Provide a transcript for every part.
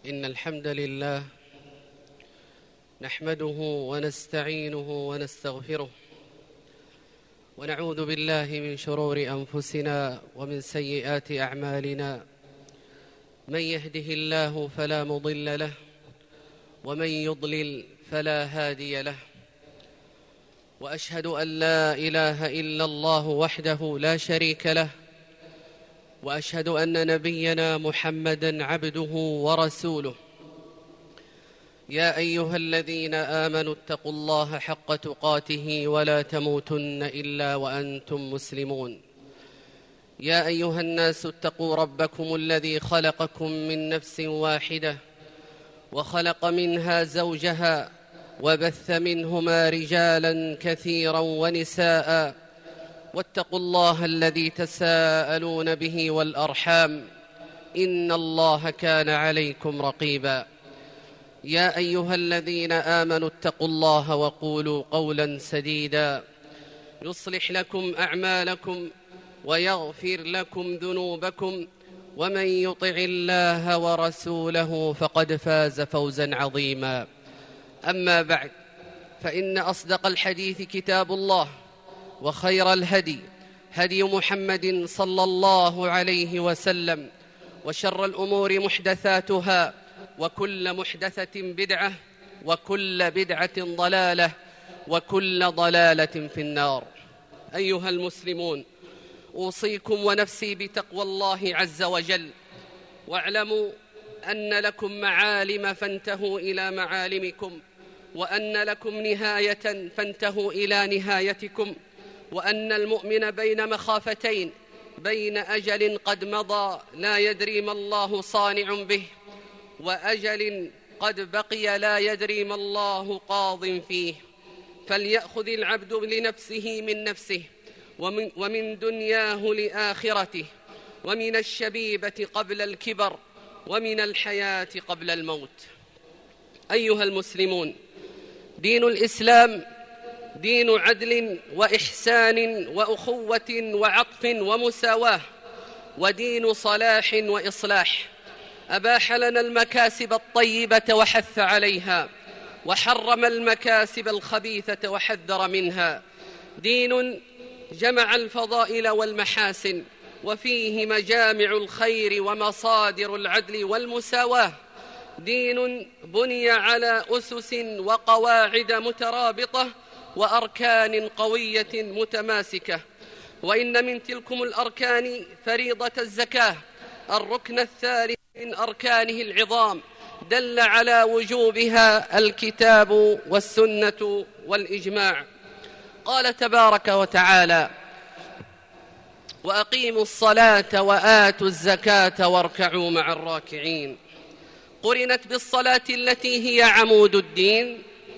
إن الحمد لله نحمده ونستعينه ونستغفره ونعوذ بالله من شرور أنفسنا ومن سيئات أعمالنا. من يهده الله فلا مضل له ومن يضلل فلا هادي له، وأشهد أن لا إله إلا الله وحده لا شريك له، وأشهد أن نبينا محمدًا عبده ورسوله. يا أيها الذين آمنوا اتقوا الله حق تقاته ولا تموتن إلا وأنتم مسلمون. يا أيها الناس اتقوا ربكم الذي خلقكم من نفس واحدة وخلق منها زوجها وبث منهما رجالا كثيرا ونساء، واتقوا الله الذي تساءلون به والأرحام، إن الله كان عليكم رقيبا. يا أيها الذين آمنوا اتقوا الله وقولوا قولا سديدا يصلح لكم أعمالكم ويغفر لكم ذنوبكم، ومن يطع الله ورسوله فقد فاز فوزا عظيما. أما بعد، فإن أصدق الحديث كتاب الله، وخير الهدي هدي محمد صلى الله عليه وسلم، وشر الأمور محدثاتها، وكل محدثة بدعة، وكل بدعة ضلالة، وكل ضلالة في النار. أيها المسلمون، أوصيكم ونفسي بتقوى الله عز وجل، واعلموا أن لكم معالم فانتهوا إلى معالمكم، وأن لكم نهاية فانتهوا إلى نهايتكم، وأن المؤمن بين مخافتين، بين أجل قد مضى لا يدري ما الله صانع به، وأجل قد بقي لا يدري ما الله قاض فيه. فليأخذ العبد لنفسه من نفسه، ومن دنياه لآخرته، ومن الشبيبة قبل الكبر، ومن الحياة قبل الموت. أيها المسلمون، دين الإسلام دين عدل وإحسان وأخوة وعطف ومساواة، ودين صلاح وإصلاح. أباح لنا المكاسب الطيبة وحث عليها، وحرم المكاسب الخبيثة وحذر منها. دين جمع الفضائل والمحاسن، وفيه مجامع الخير ومصادر العدل والمساواة. دين بني على أسس وقواعد مترابطة وأركان قوية متماسكة. وإن من تلكم الأركان فريضة الزكاة، الركن الثالث من أركانه العظام، دل على وجوبها الكتاب والسنة والإجماع. قال تبارك وتعالى: وأقيموا الصلاة وآتوا الزكاة واركعوا مع الراكعين. قرنت بالصلاة التي هي عمود الدين،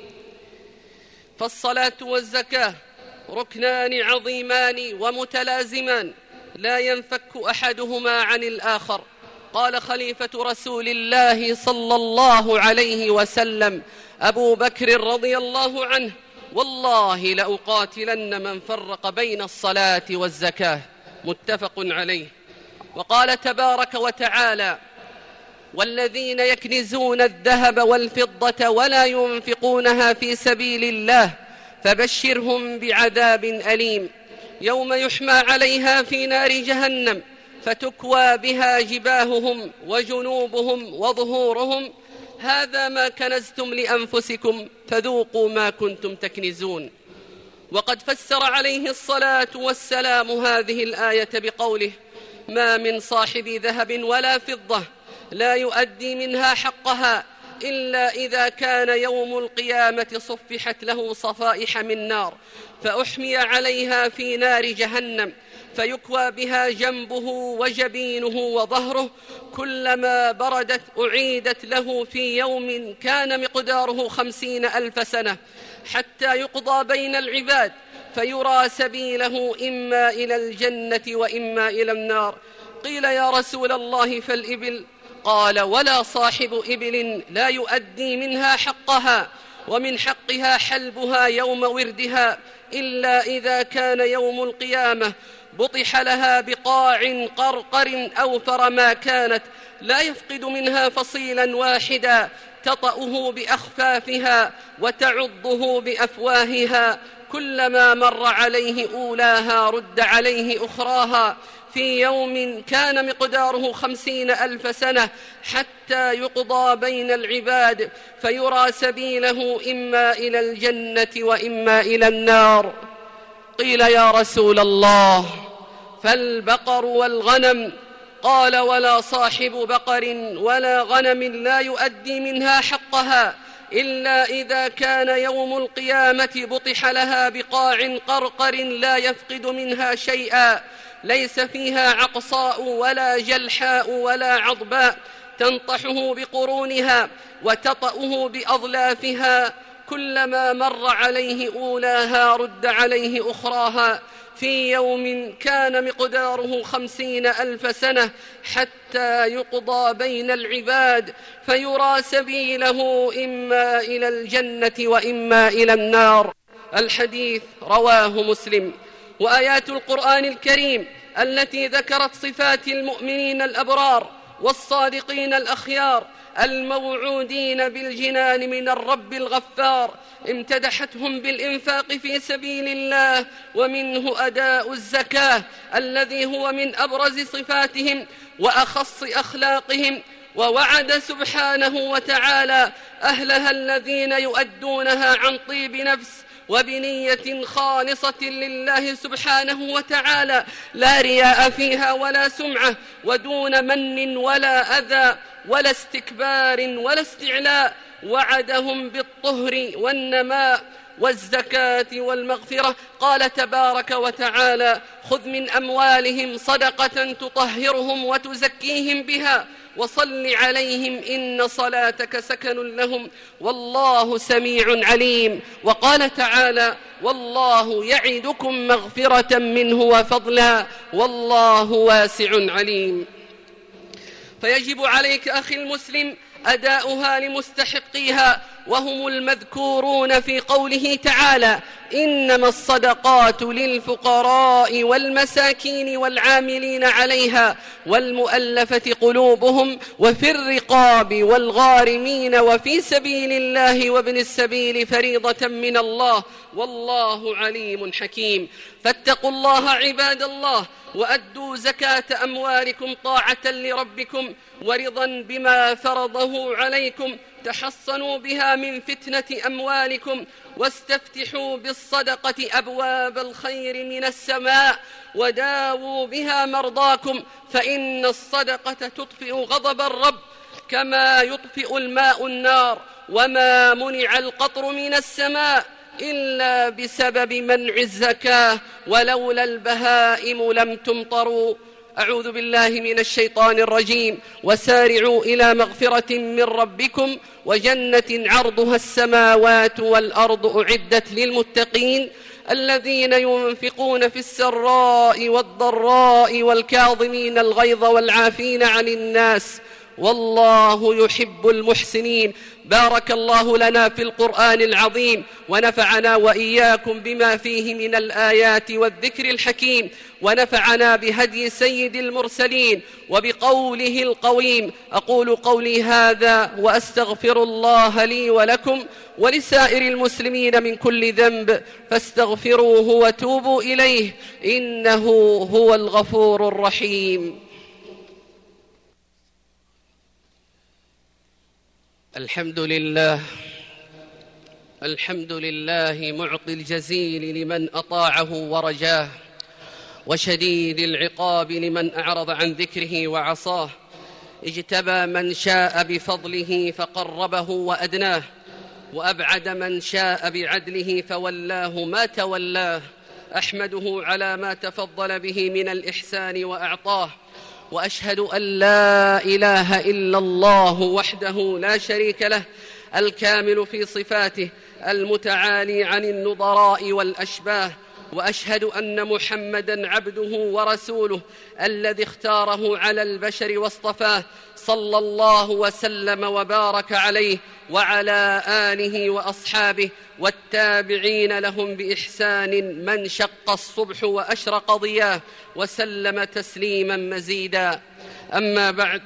فالصلاة والزكاة ركنان عظيمان ومتلازمان لا ينفك أحدهما عن الآخر. قال خليفة رسول الله صلى الله عليه وسلم أبو بكر رضي الله عنه: والله لأقاتلن من فرق بين الصلاة والزكاة. متفق عليه. وقال تبارك وتعالى: والذين يكنزون الذهب والفضة ولا ينفقونها في سبيل الله فبشرهم بعذاب أليم، يوم يحمى عليها في نار جهنم فتكوى بها جباههم وجنوبهم وظهورهم، هذا ما كنزتم لأنفسكم فذوقوا ما كنتم تكنزون. وقد فسر عليه الصلاة والسلام هذه الآية بقوله: ما من صاحب ذهب ولا فضة لا يؤدي منها حقها إلا إذا كان يوم القيامة صفحت له صفائح من نار، فأحمي عليها في نار جهنم فيكوى بها جنبه وجبينه وظهره، كلما بردت أعيدت له في يوم كان مقداره 50,000 سنة، حتى يقضى بين العباد فيرى سبيله إما إلى الجنة وإما إلى النار. قيل: يا رسول الله فالإبل؟ قال: ولا صاحب إبل لا يؤدي منها حقها، ومن حقها حلبها يوم وردها، إلا إذا كان يوم القيامة بطح لها بقاع قرقر أوفر ما كانت، لا يفقد منها فصيلا واحدا تطأه بأخفافها وتعضه بأفواهها، كلما مر عليه أولاها رد عليه أخراها، في يوم كان مقداره 50,000 سنة، حتى يقضى بين العباد فيرى سبيله إما إلى الجنة وإما إلى النار. قيل يا رسول الله فالبقر والغنم؟ قال ولا صاحب بقر ولا غنم لا يؤدي منها حقها إلا إذا كان يوم القيامة بطح لها بقاع قرقر لا يفقد منها شيئا، ليس فيها عقصاء ولا جلحاء ولا عضباء، تنطحه بقرونها وتطأه بأظلافها، كلما مر عليه أولاها رد عليه أخراها، في يوم كان مقداره 50,000 سنة، حتى يقضى بين العباد فيرى سبيله إما إلى الجنة وإما إلى النار. الحديث رواه مسلم. وآيات القرآن الكريم التي ذكرت صفات المؤمنين الأبرار والصادقين الأخيار الموعودين بالجنان من الرب الغفار امتدحتهم بالإنفاق في سبيل الله، ومنه أداء الزكاة الذي هو من أبرز صفاتهم وأخص أخلاقهم، ووعد سبحانه وتعالى أهلها الذين يؤدونها عن طيب نفس وبنية خالصة لله سبحانه وتعالى، لا رياء فيها ولا سمعة، ودون من ولا أذى ولا استكبار ولا استعلاء، وعدهم بالطهر والنماء والزكاة والمغفرة. قال تبارك وتعالى: خذ من أموالهم صدقة تطهرهم وتزكيهم بها وصل عليهم إن صلاتك سكن لهم والله سميع عليم. وقال تعالى: والله يعدكم مغفرة منه وفضلا والله واسع عليم. فيجب عليك أخي المسلم أداؤها لمستحقيها، وهم المذكورون في قوله تعالى: إنما الصدقات للفقراء والمساكين والعاملين عليها والمؤلفة قلوبهم وفي الرقاب والغارمين وفي سبيل الله وابن السبيل فريضة من الله والله عليم حكيم. فاتقوا الله عباد الله، وأدوا زكاة أموالكم طاعة لربكم ورضا بما فرضه عليكم، تحصنوا بها من فتنة أموالكم، واستفتحوا بالصدقة أبواب الخير من السماء، وداووا بها مرضاكم، فإن الصدقة تطفئ غضب الرب كما يطفئ الماء النار، وما منع القطر من السماء إلا بسبب منع الزكاة، ولولا البهائم لم تمطروا. أعوذ بالله من الشيطان الرجيم. وسارعوا إلى مغفرة من ربكم وجنة عرضها السماوات والأرض أعدت للمتقين الذين ينفقون في السراء والضراء والكاظمين الغيظ والعافين عن الناس والله يحب المحسنين. بارك الله لنا في القرآن العظيم، ونفعنا وإياكم بما فيه من الآيات والذكر الحكيم، ونفعنا بهدي سيد المرسلين وبقوله القويم. أقول قولي هذا وأستغفر الله لي ولكم ولسائر المسلمين من كل ذنب، فاستغفروه وتوبوا إليه إنه هو الغفور الرحيم. الحمد لله معطي الجزيل لمن أطاعه ورجاه، وشديد العقاب لمن أعرض عن ذكره وعصاه. اجتبى من شاء بفضله فقربه وأدناه، وأبعد من شاء بعدله فولاه ما تولاه. أحمده على ما تفضل به من الإحسان وأعطاه، وأشهد أن لا إله إلا الله وحده لا شريك له، الكامل في صفاته، المتعالي عن النظراء والأشباه. وأشهد أن محمدًا عبده ورسوله الذي اختاره على البشر واصطفاه، صلى الله وسلم وبارك عليه وعلى آله وأصحابه والتابعين لهم بإحسان من شق الصبح وأشرق ضياه، وسلم تسليما مزيدا. أما بعد،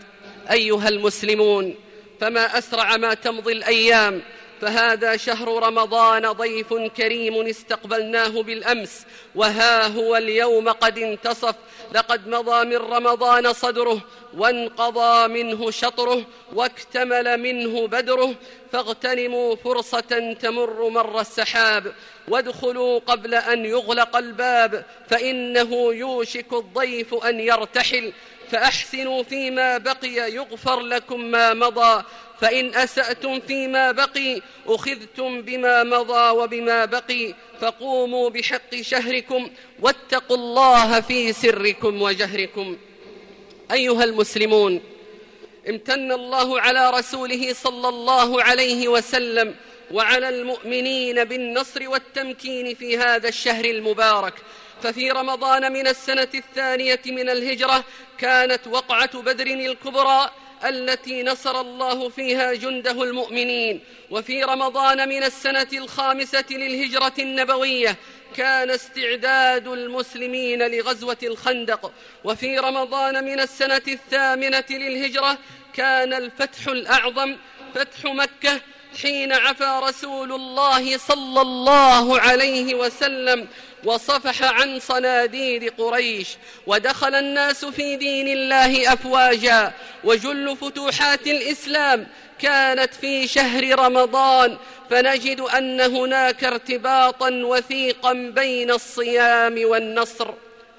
أيها المسلمون، فما أسرع ما تمضي الأيام، فهذا شهر رمضان ضيف كريم استقبلناه بالأمس، وها هو اليوم قد انتصف. لقد مضى من رمضان صدره، وانقضى منه شطره، واكتمل منه بدره، فاغتنموا فرصة تمر مر السحاب، وادخلوا قبل أن يغلق الباب، فإنه يوشك الضيف أن يرتحل. فأحسنوا فيما بقي يغفر لكم ما مضى، فإن أسأتم فيما بقي أخذتم بما مضى وبما بقي. فقوموا بحق شهركم، واتقوا الله في سركم وجهركم. أيها المسلمون، امتن الله على رسوله صلى الله عليه وسلم وعلى المؤمنين بالنصر والتمكين في هذا الشهر المبارك. ففي رمضان من السنة 2 من الهجرة كانت وقعة بدر الكبرى التي نصر الله فيها جنده المؤمنين. وفي رمضان من السنة 5 للهجرة النبوية كان استعداد المسلمين لغزوة الخندق. وفي رمضان من السنة 8 للهجرة كان الفتح الأعظم فتح مكة، حين عفى رسول الله صلى الله عليه وسلم وصفح عن صناديد قريش، ودخل الناس في دين الله أفواجا. وجل فتوحات الإسلام كانت في شهر رمضان، فنجد أن هناك ارتباطا وثيقا بين الصيام والنصر.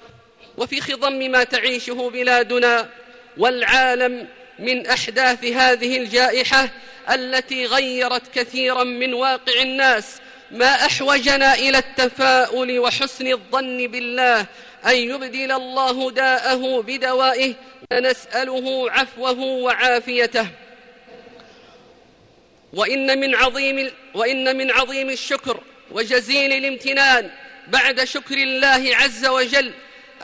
وفي خضم ما تعيشه بلادنا والعالم من أحداث هذه الجائحة التي غيرت كثيرا من واقع الناس، ما أحوجنا إلى التفاؤل وحسن الظن بالله أن يبدل الله داءه بدوائه، ونسأله عفوه وعافيته. وإن من عظيم الشكر وجزيل الامتنان بعد شكر الله عز وجل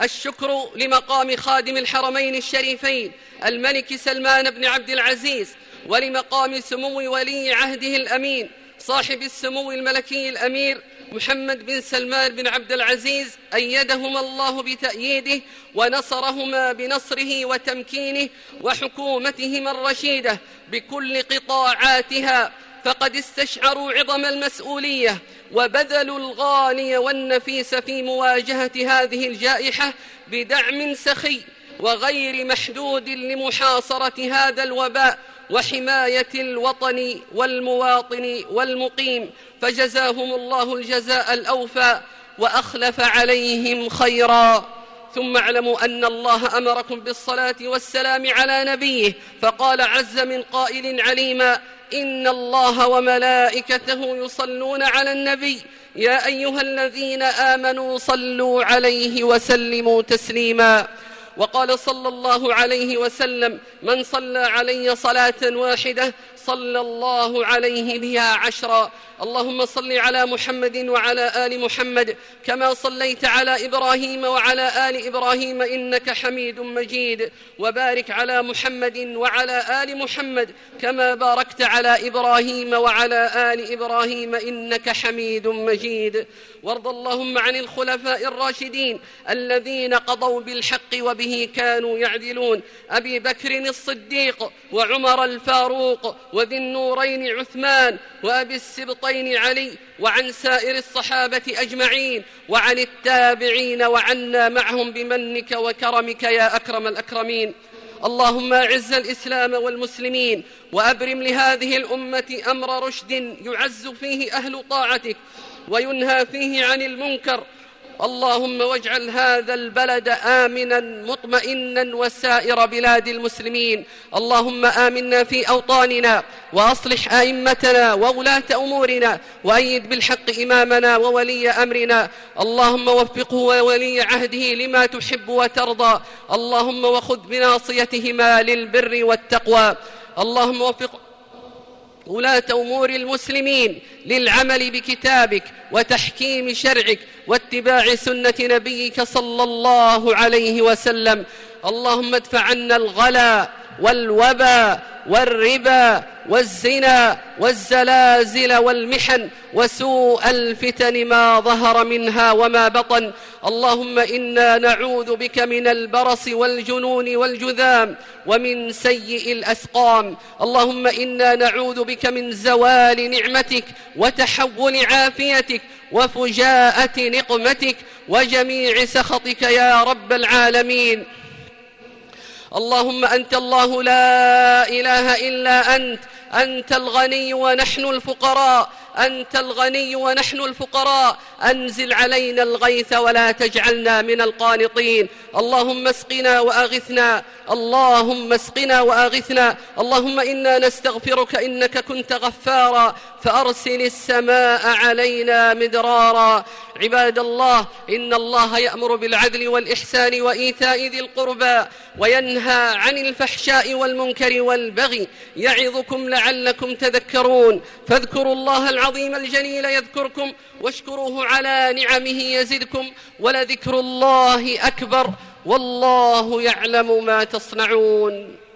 الشكر لمقام خادم الحرمين الشريفين الملك سلمان بن عبد العزيز، ولمقام سمو ولي عهده الأمين صاحب السمو الملكي الأمير محمد بن سلمان بن عبد العزيز، أيدهما الله بتأييده ونصرهما بنصره وتمكينه، وحكومتهما الرشيدة بكل قطاعاتها، فقد استشعروا عظم المسؤولية وبذلوا الغالي والنفيس في مواجهة هذه الجائحة بدعم سخي وغير محدود لمحاصرة هذا الوباء وحماية الوطن والمواطن والمقيم، فجزاهم الله الجزاء الأوفى وأخلف عليهم خيرا. ثم اعلموا أن الله أمركم بالصلاة والسلام على نبيه، فقال عز من قائل عليما: إن الله وملائكته يصلون على النبي يا أيها الذين آمنوا صلوا عليه وسلموا تسليما. وقال صلى الله عليه وسلم: من صلى علي صلاة واحدة صلى الله عليه بها 10. اللهم صل على محمد وعلى آل محمد كما صليت على إبراهيم وعلى آل إبراهيم إنك حميد مجيد، وبارك على محمد وعلى آل محمد كما باركت على إبراهيم وعلى آل إبراهيم إنك حميد مجيد. وارض اللهم عن الخلفاء الراشدين الذين قضوا بالحق وبه كانوا يعدلون: أبي بكر الصديق، وعمر الفاروق، وذي النورين عثمان، وأبي السبطين علي، وعن سائر الصحابة أجمعين، وعن التابعين، وعنا معهم بمنك وكرمك يا أكرم الأكرمين. اللهم أعز الإسلام والمسلمين، وأبرم لهذه الأمة أمر رشد يعز فيه أهل طاعتك وينهى فيه عن المنكر. اللهم واجعل هذا البلد آمنا مطمئنا وسائر بلاد المسلمين. اللهم آمنا في أوطاننا، وأصلح أئمتنا وولاة أمورنا، وأيد بالحق إمامنا وولي أمرنا. اللهم وفقه وولي عهده لما تحب وترضى. اللهم وخذ بناصيتهما للبر والتقوى. اللهم وفق ولاة أمور المسلمين للعمل بكتابك وتحكيم شرعك واتباع سنة نبيك صلى الله عليه وسلم. اللهم ادفع عنا الغلا والوبا والربا والزنا والزلازل والمحن وسوء الفتن ما ظهر منها وما بطن. اللهم إنا نعوذ بك من البرص والجنون والجذام ومن سيء الأسقام. اللهم إنا نعوذ بك من زوال نعمتك وتحول عافيتك وفجاءة نقمتك وجميع سخطك يا رب العالمين. اللهم أنت الله لا إله إلا أنت الغني ونحن الفقراء، أنت الغني ونحن الفقراء، أنزل علينا الغيث ولا تجعلنا من القانطين. اللهم اسقنا وأغثنا، اللهم اسقنا وأغثنا. اللهم إنا نستغفرك إنك كنت غفارا فأرسل السماء علينا مدرارا. عباد الله، إن الله يأمر بالعدل والإحسان وإيتاء ذي القربى وينهى عن الفحشاء والمنكر والبغي يعظكم لعلكم تذكرون. فاذكروا الله العظيم الجليل يذكركم واشكروه على نعمه يزدكم ولذكر الله أكبر والله يعلم ما تصنعون.